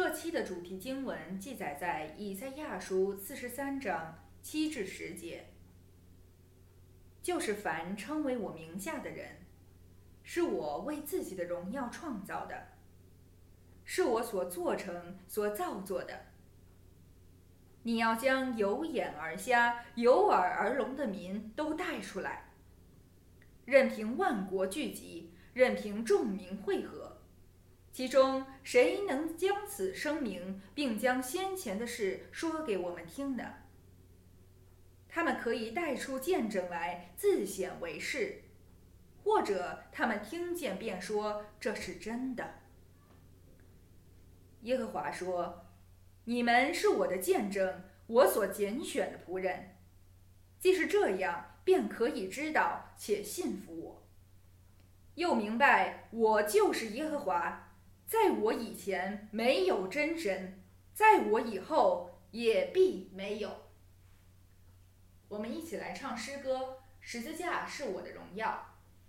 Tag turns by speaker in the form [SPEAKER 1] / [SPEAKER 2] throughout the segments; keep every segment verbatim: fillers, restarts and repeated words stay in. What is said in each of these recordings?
[SPEAKER 1] 这期的主题经文记载在以赛亚书四十三章七至十节，就是凡称为我名下的人，是我为自己的荣耀创造的，是我所做成、所造作的。你要将有眼而瞎、有耳而聋的民都带出来，任凭万国聚集，任凭众民会合。其中谁能将此声明，并将先前的事说给我们听呢？他们可以带出见证来，自显为是，或者他们听见便说这是真的。耶和华说：你们是我的见证，我所拣选的仆人。既是这样，便可以知道且信服我，又明白我就是耶和华，在我以前没有真神，在我以后也必没有。我们一起来唱诗歌，十字架是我的荣耀。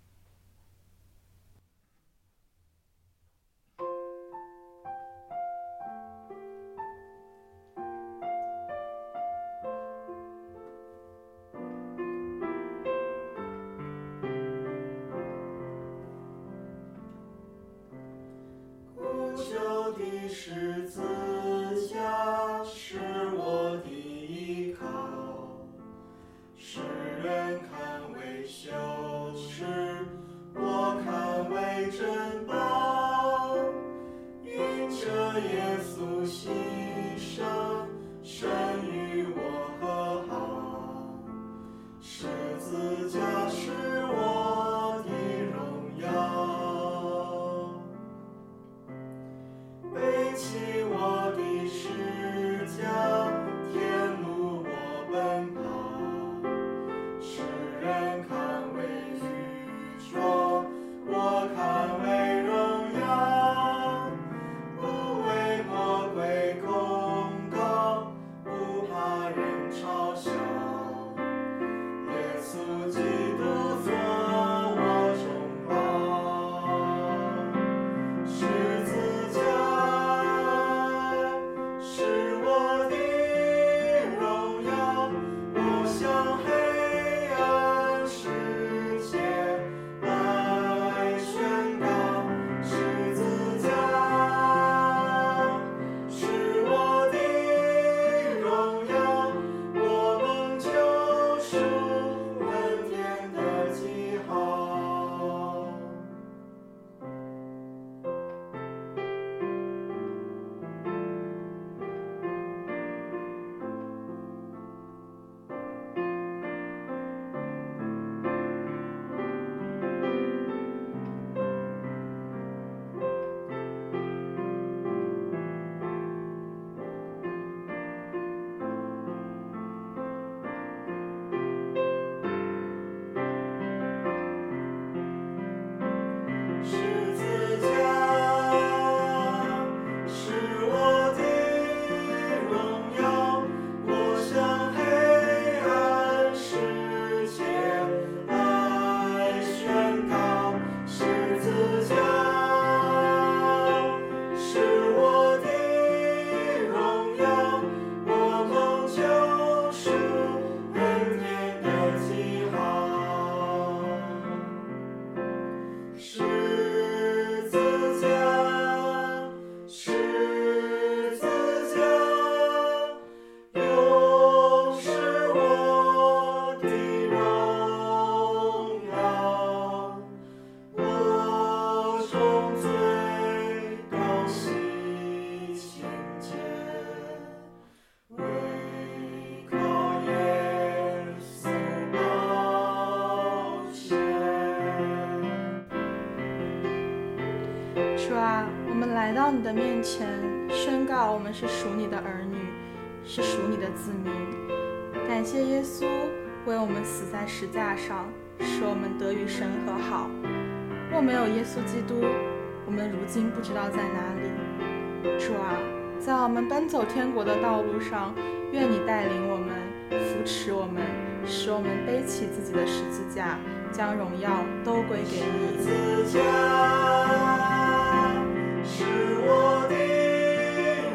[SPEAKER 2] 十字架是我的依靠，世人看为羞耻，我看为珍宝。因着耶稣牺牲，神与我和好。十字架是我的荣耀。背起我的十字架，天路我奔跑。世人看为愚拙，我看为荣耀。不为魔鬼控告，不怕人嘲笑。耶稣基督做我中保。十字架
[SPEAKER 3] 主啊，我们来到你的面前，宣告我们是属你的儿女，是属你的子民。感谢耶稣为我们死在十架上，使我们得与神和好。若没有耶稣基督，我们如今不知道在哪里。主啊，在我们奔走天国的道路上，愿你带领我们，扶持我们，使我们背起自己的十字架，将荣耀都归给你。
[SPEAKER 2] 十字架是我的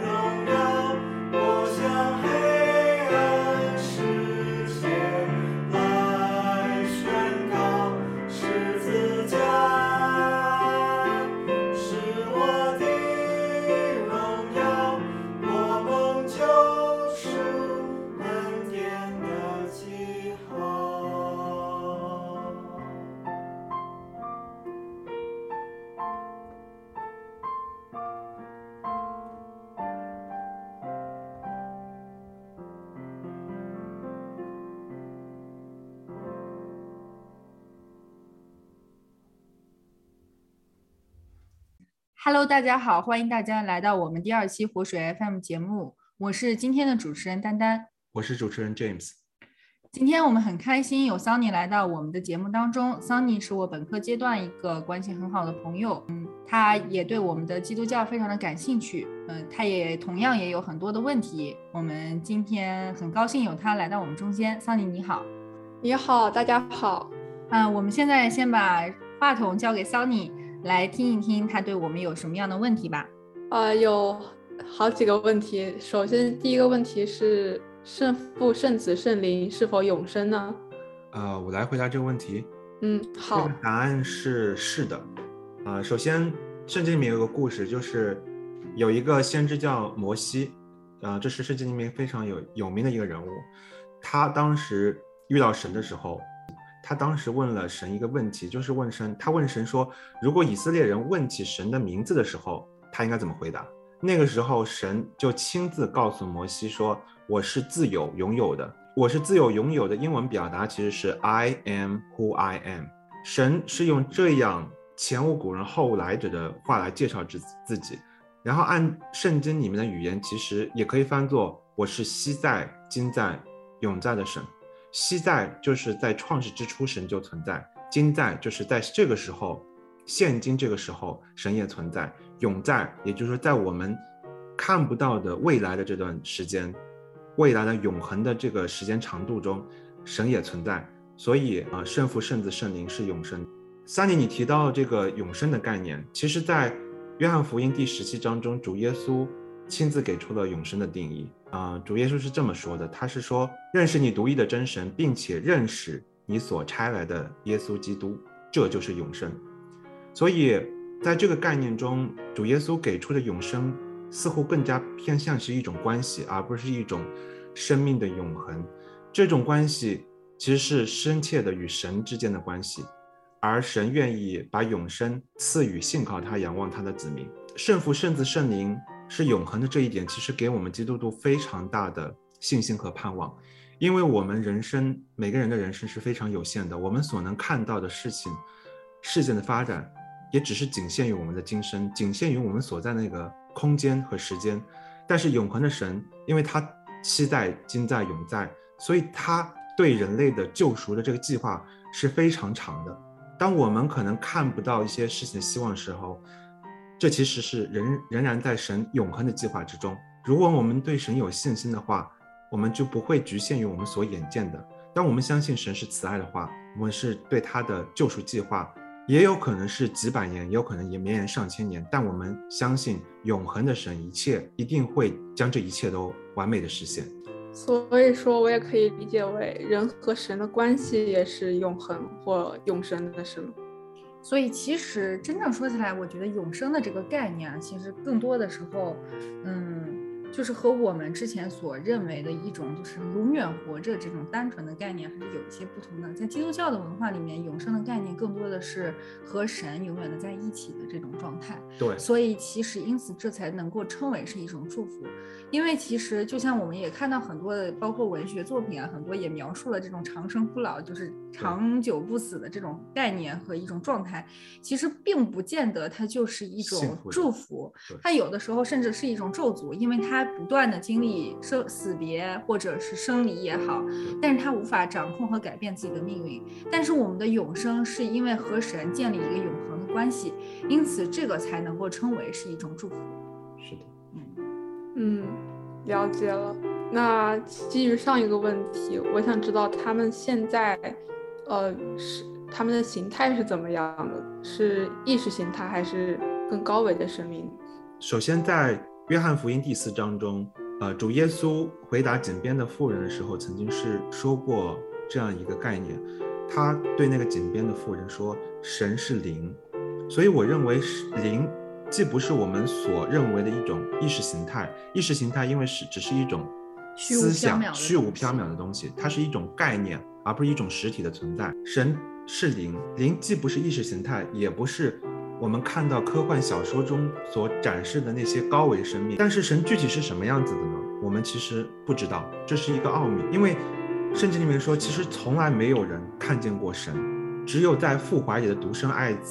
[SPEAKER 1] Hello， 大家好，欢迎大家来到我们第二期活水 F M 节目，我是今天的主持人丹丹，
[SPEAKER 2] 我是主持人 James。
[SPEAKER 1] 今天我们很开心有 Sunny 来到我们的节目当中。 Sunny 是我本科阶段一个关系很好的朋友，嗯，他也对我们的基督教非常的感兴趣，嗯，他也同样也有很多的问题。我们今天很高兴有他来到我们中间。 Sunny 你好。
[SPEAKER 3] 你好，大家好。
[SPEAKER 1] 嗯，我们现在先把话筒交给 Sunny 来听一听他对我们有什么样的问题吧。
[SPEAKER 3] 呃，有好几个问题。首先第一个问题是圣父、圣子、圣灵是否永生呢？
[SPEAKER 2] 呃，我来回答这个问题。
[SPEAKER 3] 嗯，好。
[SPEAKER 2] 这个答案是是的。呃，首先，圣经里面有个故事，就是有一个先知叫摩西，呃，这是圣经里面非常有有名的一个人物。他当时遇到神的时候，他当时问了神一个问题，就是问神，他问神说，如果以色列人问起神的名字的时候，他应该怎么回答？那个时候神就亲自告诉摩西说，我是自有拥有的。我是自有拥有的英文表达其实是 I am who I am。 神是用这样前无古人后无来者的话来介绍自己，然后按圣经里面的语言其实也可以翻作我是昔在今在永在的神。昔在就是在创世之初神就存在，今在就是在这个时候现今这个时候神也存在，永在也就是说在我们看不到的未来的这段时间，未来的永恒的这个时间长度中神也存在。所以啊，圣父圣子圣灵是永生。三年你提到这个永生的概念，其实在约翰福音第十七章中主耶稣亲自给出了永生的定义。呃、主耶稣是这么说的，他是说认识你独一的真神，并且认识你所差来的耶稣基督，这就是永生。所以在这个概念中，主耶稣给出的永生似乎更加偏向是一种关系，而不是一种生命的永恒。这种关系其实是深切的与神之间的关系，而神愿意把永生赐予信靠他仰望他的子民。圣父圣子圣灵是永恒的这一点，其实给我们基督徒非常大的信心和盼望。因为我们人生每个人的人生是非常有限的，我们所能看到的事情事件的发展也只是仅限于我们的今生，仅限于我们所在那个空间和时间。但是永恒的神，因为他昔在今在永在，所以他对人类的救赎的这个计划是非常长的。当我们可能看不到一些事情的希望的时候，这其实是 仍, 仍然在神永恒的计划之中。如果我们对神有信心的话，我们就不会局限于我们所眼见的。当我们相信神是慈爱的话，我们是对他的救赎计划也有可能是几百年，也有可能也绵延上千年，但我们相信永恒的神一切一定会将这一切都完美的实现。
[SPEAKER 3] 所以说我也可以理解为人和神的关系也是永恒或永生的，是吗？
[SPEAKER 1] 所以其实真正说起来，我觉得永生的这个概念啊，其实更多的时候嗯，就是和我们之前所认为的一种就是永远活着这种单纯的概念还是有一些不同的。在基督教的文化里面，永生的概念更多的是和神永远的在一起的这种状态。
[SPEAKER 2] 对，
[SPEAKER 1] 所以其实因此这才能够称为是一种祝福。因为其实就像我们也看到很多的包括文学作品啊，很多也描述了这种长生不老，就是长久不死的这种概念和一种状态，其实并不见得它就是一种祝福，它有的时候甚至是一种咒诅，因为它不断的经历生死别或者是生离也好，但是它无法掌控和改变自己的命运。但是我们的永生是因为和神建立一个永恒的关系，因此这个才能够称为是一种祝福。
[SPEAKER 2] 是的。
[SPEAKER 3] 嗯，了解了。那基于上一个问题，我想知道他们现在呃是他们的形态是怎么样的，是意识形态还是更高维的生命？
[SPEAKER 2] 首先在约翰福音第四章中，呃，主耶稣回答井边的妇人的时候曾经是说过这样一个概念，他对那个井边的妇人说神是灵。所以我认为灵既不是我们所认为的一种意识形态，意识形态因为是只是一种思想虚无缥缈的东西，它是一种概念而不是一种实体的存在。神是灵，灵既不是意识形态，也不是我们看到科幻小说中所展示的那些高维生命，但是神具体是什么样子的呢？我们其实不知道，这是一个奥秘。因为圣经里面说，其实从来没有人看见过神，只有在父怀里的独生爱子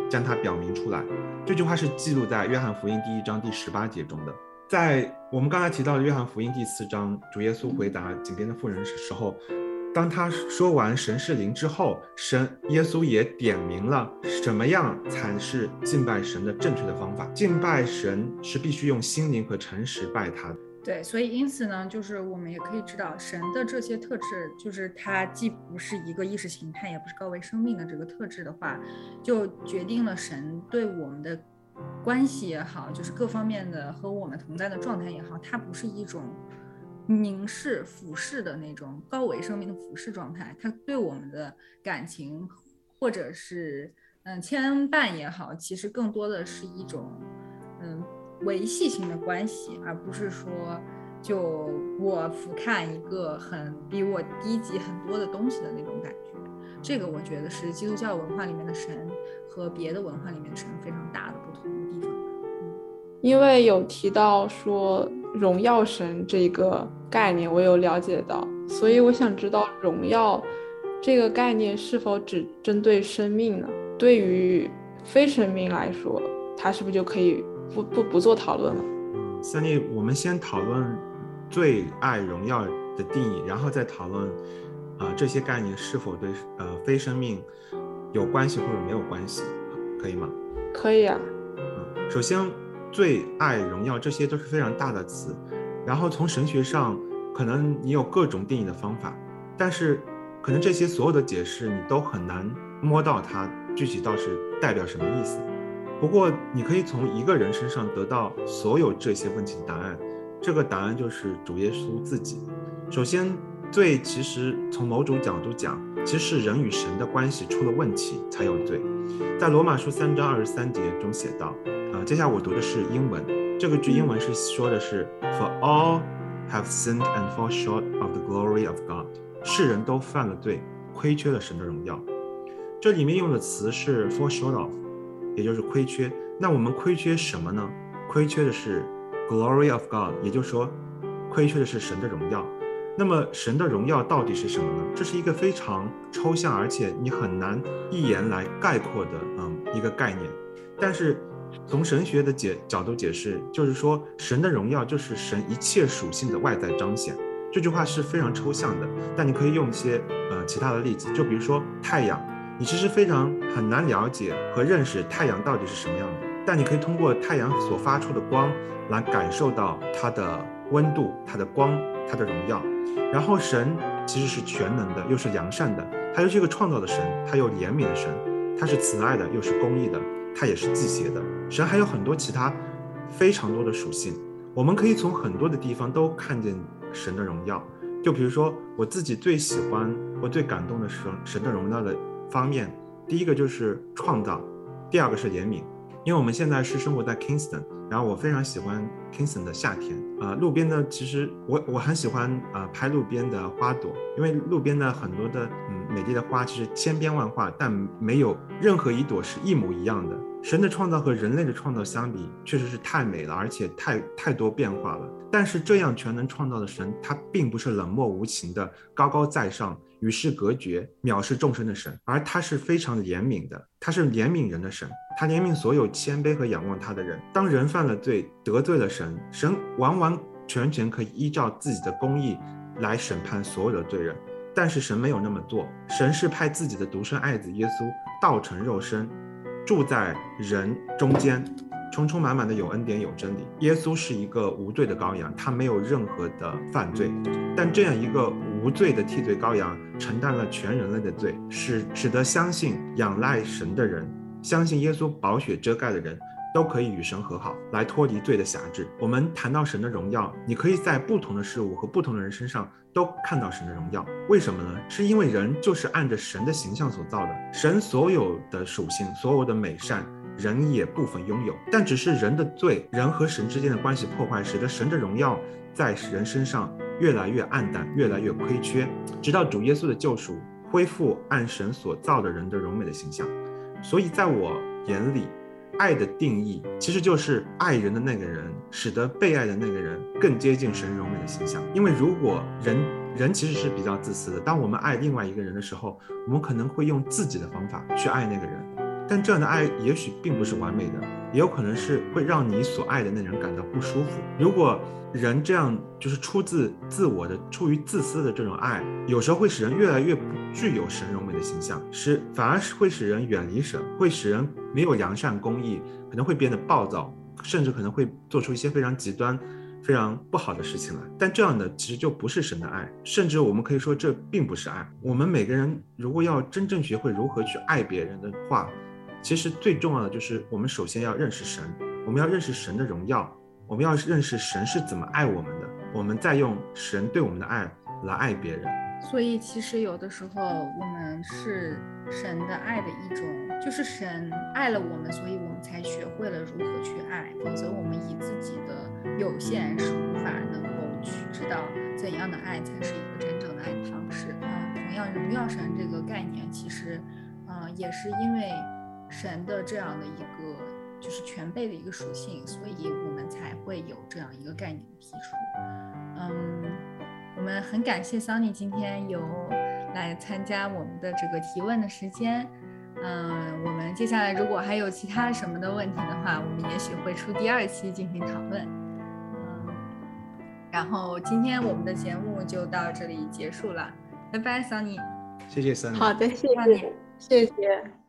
[SPEAKER 4] 将它表明出来。这句话是记录在约翰福音第一章第十八节中的。在我们刚才提到的约翰福音第四章，主耶稣回答井边的妇人的时候，当他说完神是灵之后，神耶稣也点明了什么样才是敬拜神的正确的方法。敬拜神是必须用心灵和诚实拜他的。
[SPEAKER 5] 对，所以因此呢，就是我们也可以知道，神的这些特质，就是它既不是一个意识形态，也不是高维生命的这个特质的话，就决定了神对我们的关系也好，就是各方面的和我们同在的状态也好，它不是一种凝视俯视的那种高维生命的俯视状态，它对我们的感情或者是嗯牵绊也好，其实更多的是一种嗯维系性的关系，而不是说就我俯瞰一个很比我低级很多的东西的那种感觉。这个我觉得是基督教文化里面的神和别的文化里面的神非常大的不同的地方。嗯，
[SPEAKER 3] 因为有提到说荣耀神这个概念，我有了解到，所以我想知道荣耀这个概念是否只针对生命呢？对于非生命来说，它是不是就可以不不不做讨论了？
[SPEAKER 4] 嗯，三弟，我们先讨论最爱荣耀的定义，然后再讨论呃这些概念是否对呃非生命有关系或者没有关系，可以吗？
[SPEAKER 3] 可以啊。
[SPEAKER 4] 嗯，首先最爱荣耀这些都是非常大的词，然后从神学上可能你有各种定义的方法，但是可能这些所有的解释你都很难摸到它具体到是代表什么意思。不过你可以从一个人身上得到所有这些问题的答案，这个答案就是主耶稣自己。首先罪其实从某种角度讲，其实是人与神的关系出了问题才有罪。在罗马书三章二十三节中写道，呃，接下来我读的是英文，这个句英文是说的是 For all have sinned and fall short of the glory of God， 世人都犯了罪，亏缺了神的荣耀。这里面用的词是 fall short of， 也就是亏缺。那我们亏缺什么呢？亏缺的是 glory of God， 也就是说亏缺的是神的荣耀。那么神的荣耀到底是什么呢？这是一个非常抽象，而且你很难一言来概括的嗯一个概念。但是从神学的解角度解释，就是说神的荣耀就是神一切属性的外在彰显。这句话是非常抽象的，但你可以用一些呃其他的例子，就比如说太阳，你其实非常很难了解和认识太阳到底是什么样的，但你可以通过太阳所发出的光来感受到它的温度、它的光、它的荣耀。然后神其实是全能的，又是良善的，他又是一个创造的神，他又怜悯的神，他是慈爱的，又是公义的，他也是忌邪的。神还有很多其他非常多的属性，我们可以从很多的地方都看见神的荣耀。就比如说我自己最喜欢我最感动的是神的荣耀的方面，第一个就是创造，第二个是怜悯。因为我们现在是生活在 Kingston， 然后我非常喜欢 Kingston 的夏天啊、呃，路边的其实我我很喜欢啊、呃、拍路边的花朵，因为路边的很多的嗯美丽的花其实千变万化，但没有任何一朵是一模一样的。神的创造和人类的创造相比，确实是太美了，而且太太多变化了。但是这样全能创造的神，他并不是冷漠无情的高高在上，与世隔绝，藐视众生的神，而他是非常怜悯的，他是怜悯人的神，他怜悯所有谦卑和仰望他的人。当人犯了罪，得罪了神，神完完全全可以依照自己的公义来审判所有的罪人，但是神没有那么做，神是派自己的独生爱子耶稣道成肉身，住在人中间，充充满满的有恩典有真理。耶稣是一个无罪的羔羊，他没有任何的犯罪，但这样一个无罪的替罪羔羊承担了全人类的罪，使使得相信仰赖神的人，相信耶稣宝血遮盖的人都可以与神和好，来脱离罪的辖制。我们谈到神的荣耀，你可以在不同的事物和不同的人身上都看到神的荣耀。为什么呢？是因为人就是按着神的形象所造的，神所有的属性，所有的美善人也部分拥有，但只是人的罪，人和神之间的关系破坏，使得神的荣耀在人身上越来越暗淡，越来越亏缺，直到主耶稣的救赎，恢复按神所造的人的荣美的形象。所以在我眼里，爱的定义其实就是爱人的那个人使得被爱的那个人更接近神荣美的形象。因为如果人人其实是比较自私的，当我们爱另外一个人的时候，我们可能会用自己的方法去爱那个人， 但这样的爱也许并不是完美的，也有可能是会让你所爱的那人感到不舒服。如果人这样就是出自自我的、出于自私的这种爱，有时候会使人越来越不具有神荣美的形象，使反而是会使人远离神，会使人没有良善公义，可能会变得暴躁，甚至可能会做出一些非常极端非常不好的事情来。但这样的其实就不是神的爱，甚至我们可以说这并不是爱。我们每个人如果要真正学会如何去爱别人的话，其实最重要的就是我们首先要认识神，我们要认识神的荣耀，我们要认识神是怎么爱我们的，我们再用神对我们的爱来爱别人。
[SPEAKER 5] 所以其实有的时候我们是神的爱的一种，就是神爱了我们，所以我们才学会了如何去爱，否则我们以自己的有限是无法能够去知道怎样的爱才是一个真正的爱的方式。嗯，同样荣耀神这个概念其实嗯也是因为神的这样的一个就是全备的一个属性，所以我们才会有这样一个概念的提出。嗯，我们很感谢桑尼今天有来参加我们的这个提问的时间。嗯，我们接下来如果还有其他什么的问题的话，我们也许会出第二期进行讨论。嗯，然后今天我们的节目就到这里结束了，拜拜，桑尼。
[SPEAKER 4] 谢谢桑尼。
[SPEAKER 3] 好的，谢谢，谢谢。